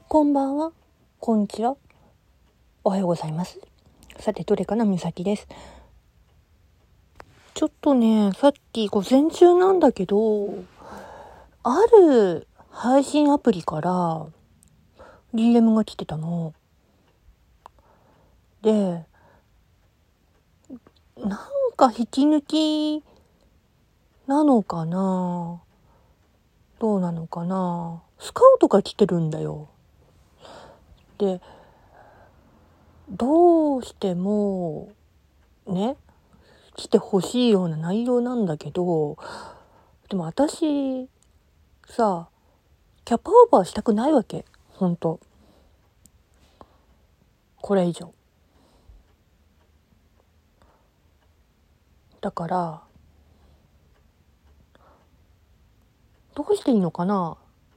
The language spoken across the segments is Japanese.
こんばんは、こんにちは、おはようございます。さて、どれかなみさきです。ちょっとね、さっき午前中なんだけど、ある配信アプリから DM が来てたの。で、なんか引き抜きなのかな、どうなのかな、スカウトが来てるんだよ。で、どうしてもね、来てほしいような内容なんだけど、でも私さ、キャパオーバーしたくないわけ、ほんと。これ以上。だから、どうしていいのかな。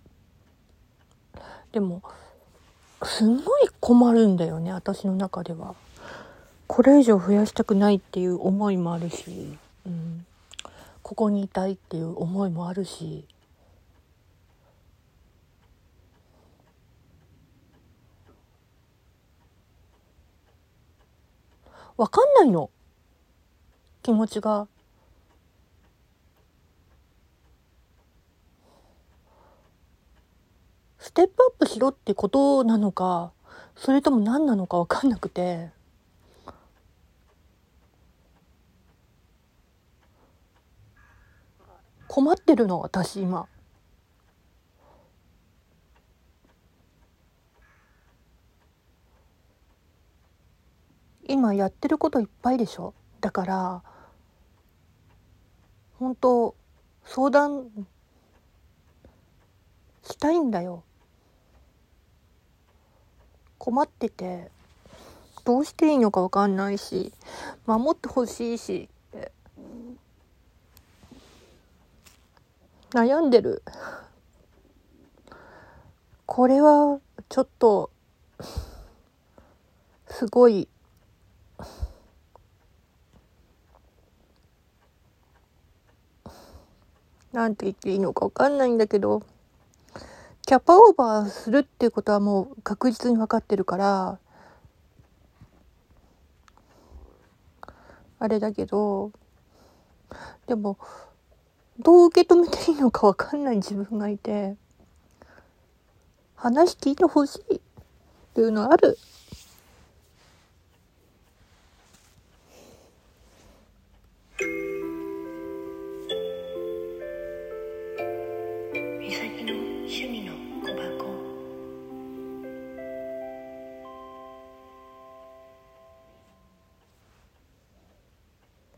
でも、すんごい困るんだよね、私の中では。これ以上増やしたくないっていう思いもあるし、ここにいたいっていう思いもあるし。わかんないの、気持ちが。ステップアップしろってことなのか、それとも何なのかわかんなくて。困ってるの、私今。今やってることいっぱいでしょ。だから本当相談したいんだよ。困っててどうしていいのか分かんないし、守ってほしいし、悩んでる。これはちょっとすごい、なんて言っていいのか分かんないんだけど、キャパオーバーするっていうことはもう確実に分かってるからあれだけど、でもどう受け止めていいのか分かんない自分がいて、話聞いてほしいっていうのある。美咲の趣味の小箱。